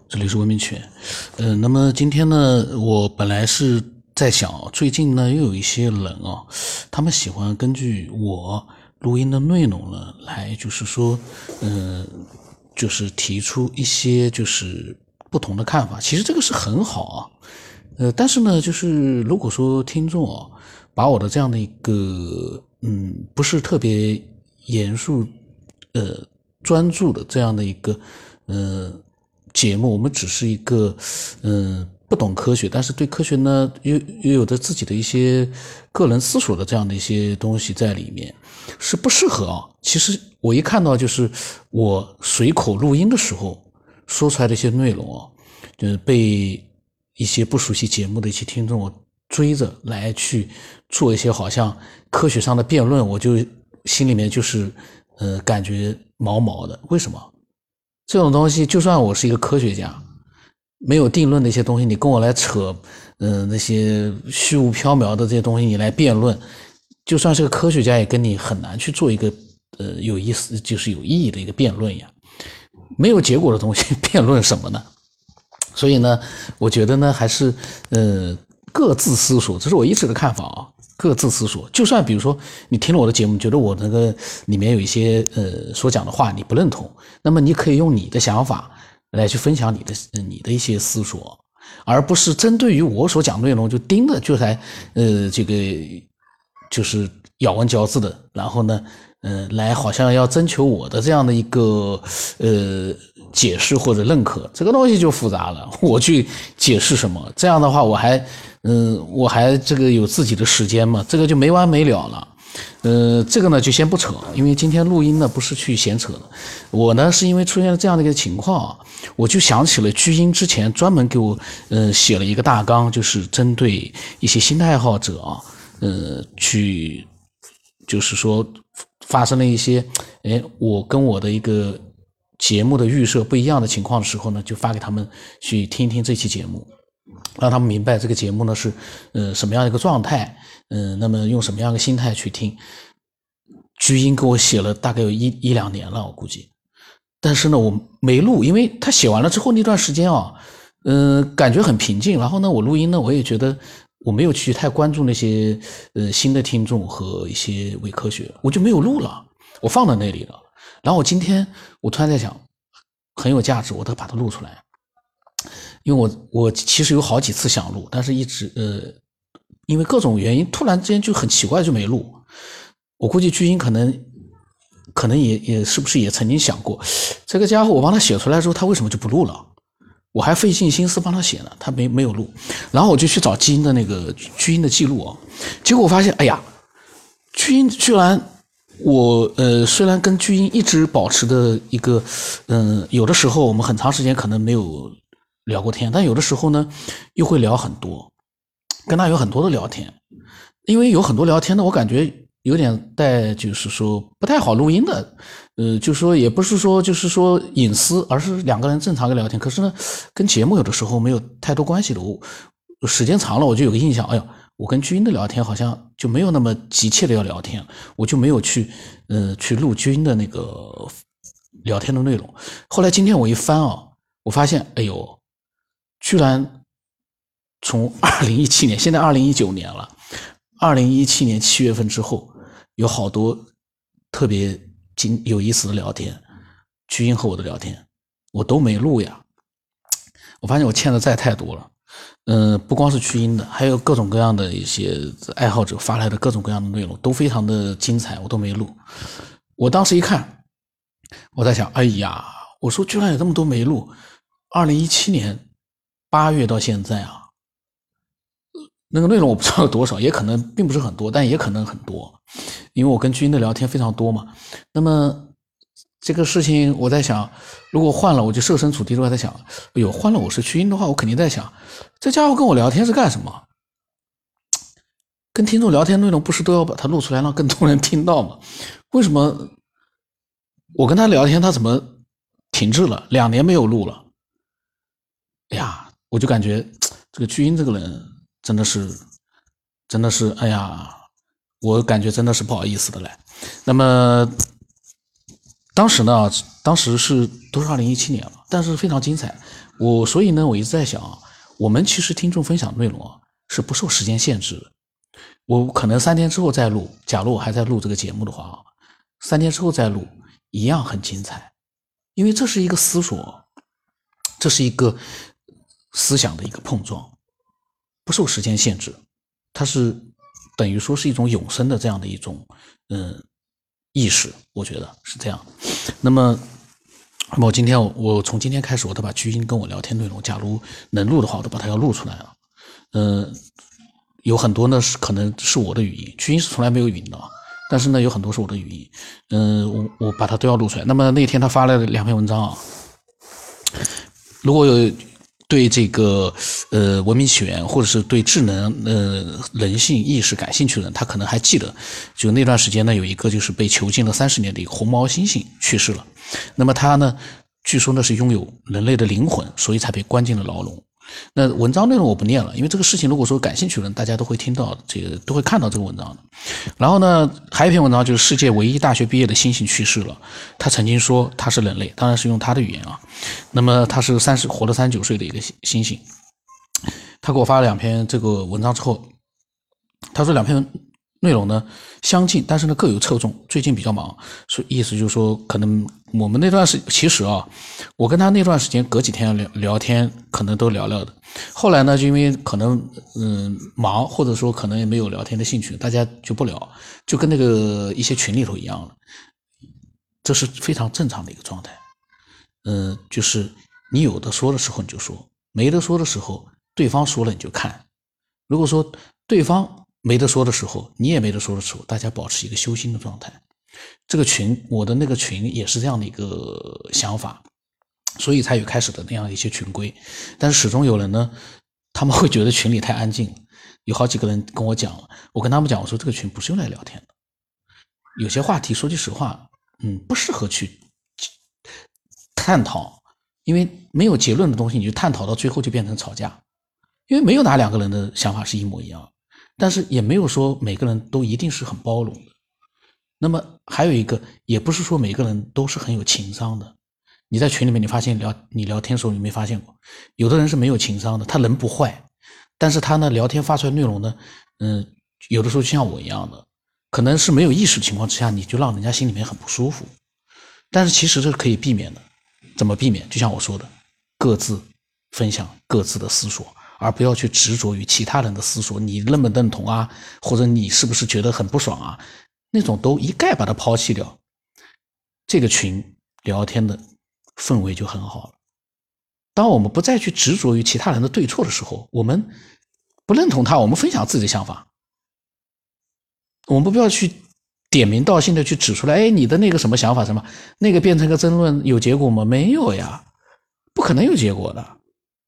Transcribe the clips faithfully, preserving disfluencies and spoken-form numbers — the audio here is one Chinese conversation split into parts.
这里是文明犬。呃，那么今天呢，我本来是在想，最近呢又有一些人啊，他们喜欢根据我录音的内容呢，来就是说，呃，就是提出一些就是不同的看法。其实这个是很好啊，呃，但是呢，就是如果说听众啊，把我的这样的一个嗯，不是特别严肃、呃专注的这样的一个呃。节目，我们只是一个嗯、呃、不懂科学，但是对科学呢又又有着自己的一些个人思索的这样的一些东西在里面，是不适合啊。其实我一看到就是我随口录音的时候说出来的一些内容啊，就是被一些不熟悉节目的一些听众追着来去做一些好像科学上的辩论，我就心里面就是呃感觉毛毛的。为什么？这种东西就算我是一个科学家，没有定论的一些东西，你跟我来扯呃那些虚无缥缈的这些东西你来辩论，就算是个科学家也跟你很难去做一个呃有意思就是有意义的一个辩论呀。没有结果的东西辩论什么呢？所以呢我觉得呢还是呃各自思索，这是我一直的看法啊。各自思索，就算比如说你听了我的节目，觉得我那个里面有一些呃所讲的话你不认同，那么你可以用你的想法来去分享你的、呃、你的一些思索，而不是针对于我所讲的内容就盯着就来呃这个就是咬文嚼字的，然后呢呃来好像要征求我的这样的一个呃解释或者认可，这个东西就复杂了。我去解释什么？这样的话我还嗯、呃，我还这个有自己的时间嘛，这个就没完没了了。呃，这个呢就先不扯，因为今天录音呢不是去闲扯的。我呢是因为出现了这样的一个情况，我就想起了巨婴之前专门给我呃写了一个大纲，就是针对一些新的爱好者啊，呃，去就是说发生了一些，哎，我跟我的一个节目的预设不一样的情况的时候呢，就发给他们去听一听这期节目。让他们明白这个节目呢是呃什么样的一个状态，嗯、呃，那么用什么样的心态去听。巨婴给我写了大概有一一两年了，我估计，但是呢我没录，因为他写完了之后那段时间啊，嗯、呃，感觉很平静。然后呢，我录音呢，我也觉得我没有去太关注那些呃新的听众和一些伪科学，我就没有录了，我放在那里了。然后我今天我突然在想，很有价值，我得把它录出来。因为我我其实有好几次想录，但是一直呃，因为各种原因，突然之间就很奇怪就没录。我估计巨婴可能可能也也是不是也曾经想过，这个家伙我帮他写出来之后，他为什么就不录了？我还费尽心思帮他写呢，他没没有录。然后我就去找基因的那个巨婴的记录啊，结果我发现，哎呀，巨婴居然我呃虽然跟巨婴一直保持的一个嗯、呃，有的时候我们很长时间可能没有聊过天，但有的时候呢又会聊很多，跟他有很多的聊天。因为有很多聊天呢，我感觉有点带就是说不太好录音的，呃，就是说也不是说就是说隐私，而是两个人正常的聊天。可是呢跟节目有的时候没有太多关系的，我时间长了我就有个印象，哎呦，我跟巨婴的聊天好像就没有那么急切的要聊天，我就没有去呃去录巨婴的那个聊天的内容。后来今天我一翻啊，我发现哎呦，居然从二零一七年，现在二零一九年了，二零一七年七月份之后，有好多特别精有意思的聊天，巨婴和我的聊天，我都没录呀。我发现我欠的债太多了，嗯、呃，不光是巨婴的，还有各种各样的一些爱好者发来的各种各样的内容，都非常的精彩，我都没录。我当时一看，我在想，哎呀，我说居然有这么多没录，二零一七年八月到现在啊，那个内容我不知道有多少，也可能并不是很多，但也可能很多，因为我跟巨婴的聊天非常多嘛。那么这个事情我在想，如果换了我就设身处地的在想，哎呦，换了我是巨婴的话，我肯定在想，这家伙跟我聊天是干什么？跟听众聊天内容不是都要把它录出来让更多人听到吗？为什么我跟他聊天他怎么停滞了？两年没有录了。哎呀，我就感觉这个巨婴这个人真的是真的是哎呀，我感觉真的是不好意思的嘞。那么当时呢，当时是都是二零一七年了，但是非常精彩。我所以呢，我一直在想，我们其实听众分享内容啊是不受时间限制的。我可能三天之后再录，假如我还在录这个节目的话啊，三天之后再录一样很精彩，因为这是一个思索，这是一个思想的一个碰撞，不受时间限制，它是等于说是一种永生的这样的一种嗯意识，我觉得是这样。那么那么我今天我我从今天开始，我都把巨婴跟我聊天内容，假如能录的话，我都把它要录出来了。嗯、呃，有很多呢是可能是我的语音，巨婴是从来没有语音的，但是呢有很多是我的语音。嗯、呃，我我把它都要录出来。那么那天他发了两篇文章啊，如果有对这个呃文明起源或者是对智能呃人性意识感兴趣的人，他可能还记得，就那段时间呢，有一个就是被囚禁了三十年的一个红毛猩猩去世了。那么他呢，据说呢是拥有人类的灵魂，所以才被关进了牢笼。那文章内容我不念了，因为这个事情如果说感兴趣的人，大家都会听到这个，都会看到这个文章的。然后呢，还有一篇文章就是世界唯一大学毕业的猩猩去世了。他曾经说他是人类，当然是用他的语言啊。那么他是三十活了三十九岁的一个猩猩。他给我发了两篇这个文章之后，他说两篇内容呢相近，但是呢各有侧重。最近比较忙，所以意思就是说，可能我们那段时其实啊，我跟他那段时间隔几天聊聊天，可能都聊聊的。后来呢，就因为可能嗯忙，或者说可能也没有聊天的兴趣，大家就不聊，就跟那个一些群里头一样了。这是非常正常的一个状态。嗯、呃，就是你有的说的时候你就说，没得说的时候，对方说了你就看。如果说对方没得说的时候，你也没得说的时候，大家保持一个修心的状态。这个群，我的那个群也是这样的一个想法，所以才有开始的那样一些群规。但是始终有人呢，他们会觉得群里太安静，有好几个人跟我讲了，我跟他们讲，我说这个群不是用来聊天的，有些话题说句实话，嗯，不适合去探讨，因为没有结论的东西，你就探讨到最后就变成吵架，因为没有哪两个人的想法是一模一样，但是也没有说每个人都一定是很包容的。那么还有一个，也不是说每个人都是很有情商的。你在群里面，你发现聊你聊天的时候，你没发现过，有的人是没有情商的，他人不坏，但是他呢聊天发出来内容呢，嗯，有的时候就像我一样的，可能是没有意识的情况之下，你就让人家心里面很不舒服。但是其实这是可以避免的，怎么避免？就像我说的，各自分享各自的思索，而不要去执着于其他人的思索，你认不认同啊，或者你是不是觉得很不爽啊，那种都一概把它抛弃掉，这个群聊天的氛围就很好了。当我们不再去执着于其他人的对错的时候，我们不认同他，我们分享自己的想法，我们不必要去点名道姓的去指出来，哎，你的那个什么想法什么，那个变成个争论，有结果吗？没有呀，不可能有结果的。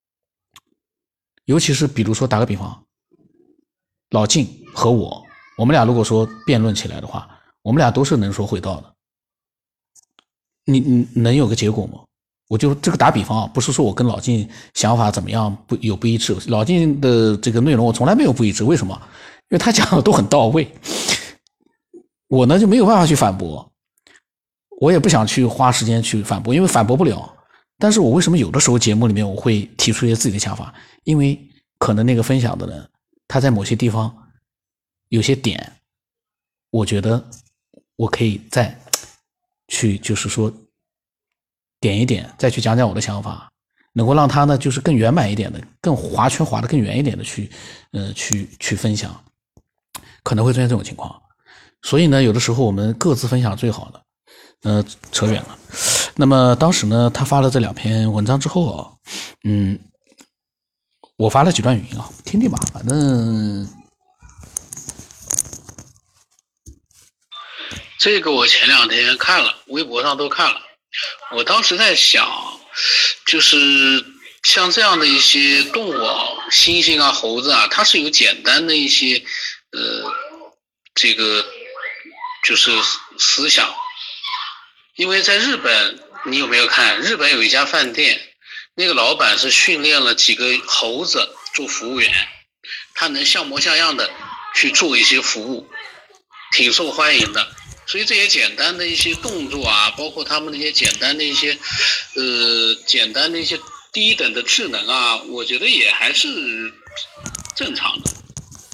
尤其是比如说打个比方，老晋和我，我们俩如果说辩论起来的话，我们俩都是能说会道的，你你能有个结果吗？我就这个打比方啊，不是说我跟老晋想法怎么样不有不一致，老晋的这个内容我从来没有不一致，为什么？因为他讲的都很到位，我呢就没有办法去反驳，我也不想去花时间去反驳，因为反驳不了。但是我为什么有的时候节目里面我会提出一些自己的想法？因为可能那个分享的人他在某些地方有些点，我觉得我可以再去就是说点一点，再去讲讲我的想法，能够让他呢就是更圆满一点的，更划圈划得更圆一点的去呃去去分享，可能会出现这种情况。所以呢有的时候我们各自分享最好的。呃扯远了。那么当时呢他发了这两篇文章之后啊，嗯我发了几段语音啊，听听吧，反正这个我前两天看了，微博上都看了。我当时在想，就是像这样的一些动物啊，猩猩啊、猴子啊，它是有简单的一些呃，这个就是思想。因为在日本，你有没有看？日本有一家饭店，那个老板是训练了几个猴子做服务员，他能像模像样的去做一些服务，挺受欢迎的。 所以这些简单的一些动作啊，包括他们那些简单的一些呃简单的一些低等的智能啊，我觉得也还是正常的。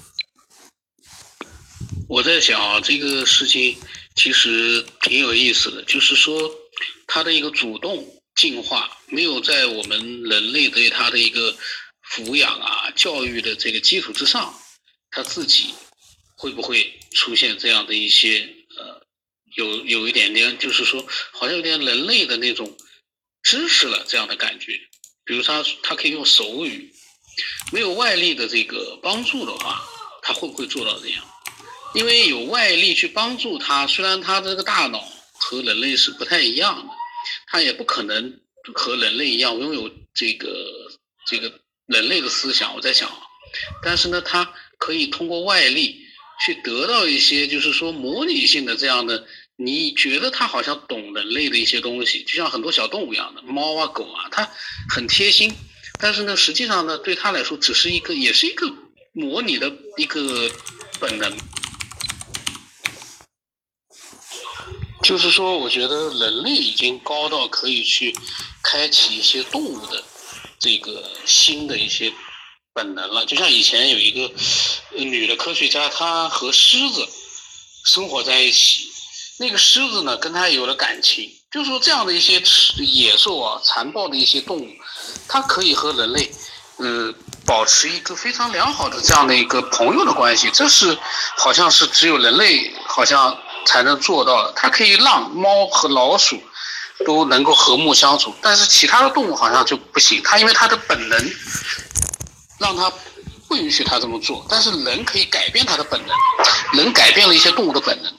我在想啊，这个事情其实挺有意思的，就是说它的一个主动进化没有在我们人类对它的一个抚养啊教育的这个基础之上，它自己会不会出现这样的一些呃有有一点点就是说好像有点人类的那种知识了这样的感觉。比如它它可以用手语，没有外力的这个帮助的话，它会不会做到这样？因为有外力去帮助它，虽然它这个大脑和人类是不太一样的，它也不可能和人类一样拥有这个这个人类的思想，我在想，但是呢，它可以通过外力去得到一些就是说模拟性的这样的，你觉得它好像懂人类的一些东西，就像很多小动物一样的，猫啊狗啊，它很贴心，但是呢，实际上呢，对它来说只是一个也是一个模拟的一个本能。就是说我觉得人类已经高到可以去开启一些动物的这个新的一些本能了。就像以前有一个女的科学家，她和狮子生活在一起，那个狮子呢跟她有了感情，就是说这样的一些野兽啊残暴的一些动物，它可以和人类呃保持一个非常良好的这样的一个朋友的关系，这是好像是只有人类好像才能做到的。它可以让猫和老鼠都能够和睦相处，但是其他的动物好像就不行，它因为它的本能让它不允许它这么做，但是人可以改变它的本能，人改变了一些动物的本能。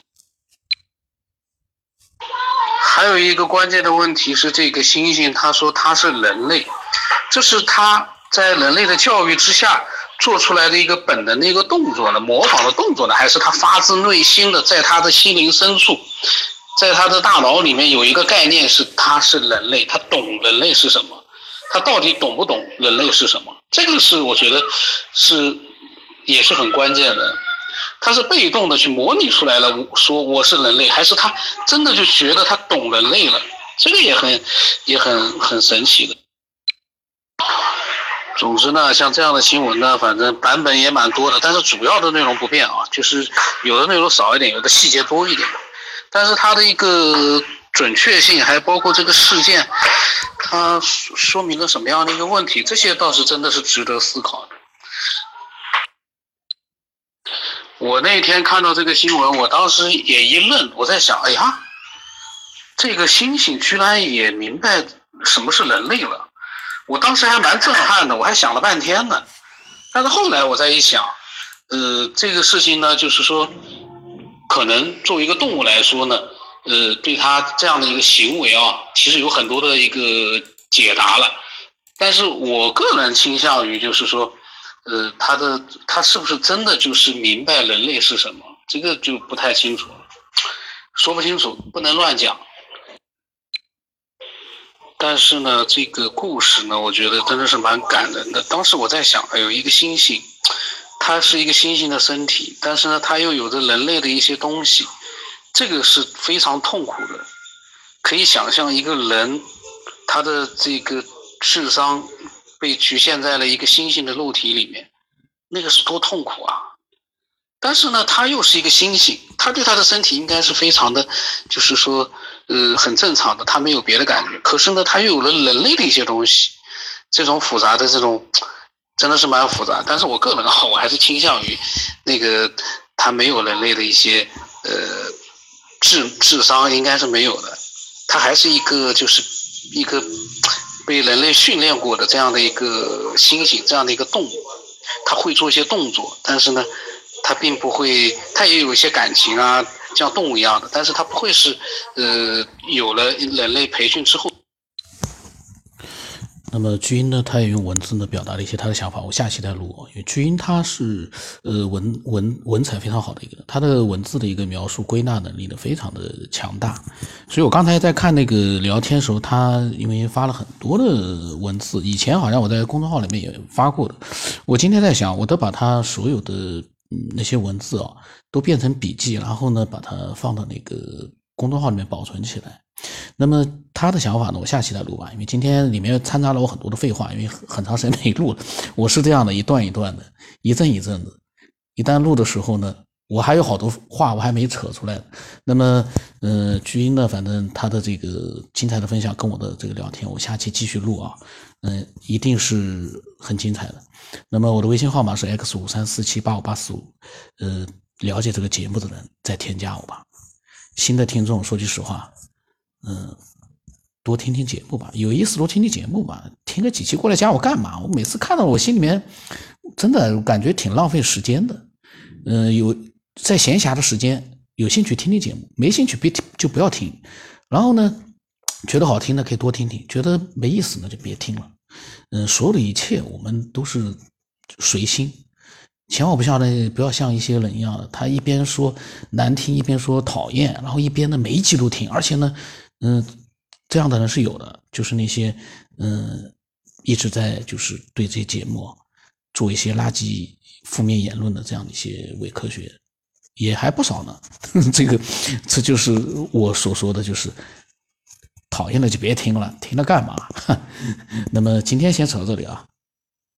还有一个关键的问题是，这个猩猩他说他是人类，这是他在人类的教育之下做出来的一个本能的一个动作呢，模仿的动作呢，还是他发自内心的在他的心灵深处，在他的大脑里面有一个概念是他是人类，他懂人类是什么，他到底懂不懂人类是什么，这个是我觉得是也是很关键的。他是被动的去模拟出来了说我是人类，还是他真的就觉得他懂人类了，这个也很也很很神奇的。总之呢，像这样的新闻呢，反正版本也蛮多的，但是主要的内容不变啊，就是有的内容少一点，有的细节多一点，但是它的一个准确性，还包括这个事件它说明了什么样的一个问题，这些倒是真的是值得思考的。我那天看到这个新闻，我当时也一愣，我在想，哎呀，这个猩猩居然也明白什么是人类了，我当时还蛮震撼的，我还想了半天呢。但是后来我再一想，呃，这个事情呢，就是说，可能作为一个动物来说呢，呃，对它这样的一个行为啊，其实有很多的一个解答了。但是我个人倾向于就是说，呃，他的他是不是真的就是明白人类是什么，这个就不太清楚了，说不清楚，不能乱讲。但是呢，这个故事呢，我觉得真的是蛮感人的。当时我在想，有一个猩猩，它是一个猩猩的身体，但是呢，它又有着人类的一些东西，这个是非常痛苦的。可以想象一个人，他的这个智商被局限在了一个猩猩的肉体里面，那个是多痛苦啊！但是呢，他又是一个猩猩，他对他的身体应该是非常的，就是说，呃，很正常的，他没有别的感觉。可是呢，他又有了人类的一些东西，这种复杂的这种，真的是蛮复杂。但是我个人啊，我还是倾向于那个他没有人类的一些，呃，智智商应该是没有的，他还是一个就是一个被人类训练过的这样的一个猩猩，这样的一个动物，他会做一些动作，但是呢，他并不会，他也有一些感情啊，像动物一样的，但是他不会是，呃，有了人类培训之后。 那么巨婴呢，他也用文字呢表达了一些他的想法，我下期再录。因为巨婴他是呃文文文采非常好的一个人，他的文字的一个描述归纳能力呢非常的强大，所以我刚才在看那个聊天的时候，他因为发了很多的文字，以前好像我在公众号里面也发过的，我今天在想，我都把他所有的嗯那些文字哦，都变成笔记，然后呢把它放到那个公众号里面保存起来。那么他的想法呢，我下期再录吧，因为今天里面掺杂了我很多的废话，因为很长时间没录了。我是这样的，一段一段的，一阵一阵的。一旦录的时候呢，我还有好多话我还没扯出来。那么，呃，巨婴呢，反正他的这个精彩的分享跟我的这个聊天，我下期继续录啊，嗯、呃，一定是很精彩的。那么我的微信号码是 X 五三四七八五八四五，呃，了解这个节目的人再添加我吧。新的听众说句实话，嗯，多听听节目吧，有意思多听听节目吧，听个几期过来加我干嘛？我每次看到我心里面真的感觉挺浪费时间的。嗯、呃，有在闲暇的时间有兴趣听听节目，没兴趣别听就不要听。然后呢，觉得好听的可以多听听，觉得没意思呢就别听了。嗯、呃，所有的一切我们都是随心。千万不像那不要像一些人一样，他一边说难听一边说讨厌，然后一边呢每一集都听，而且呢，嗯、呃，这样的人是有的，就是那些嗯、呃、一直在就是对这些节目做一些垃圾负面言论的这样的一些伪科学也还不少呢。这个这就是我所说的，就是讨厌的就别听了，听了干嘛？那么今天先扯到这里啊。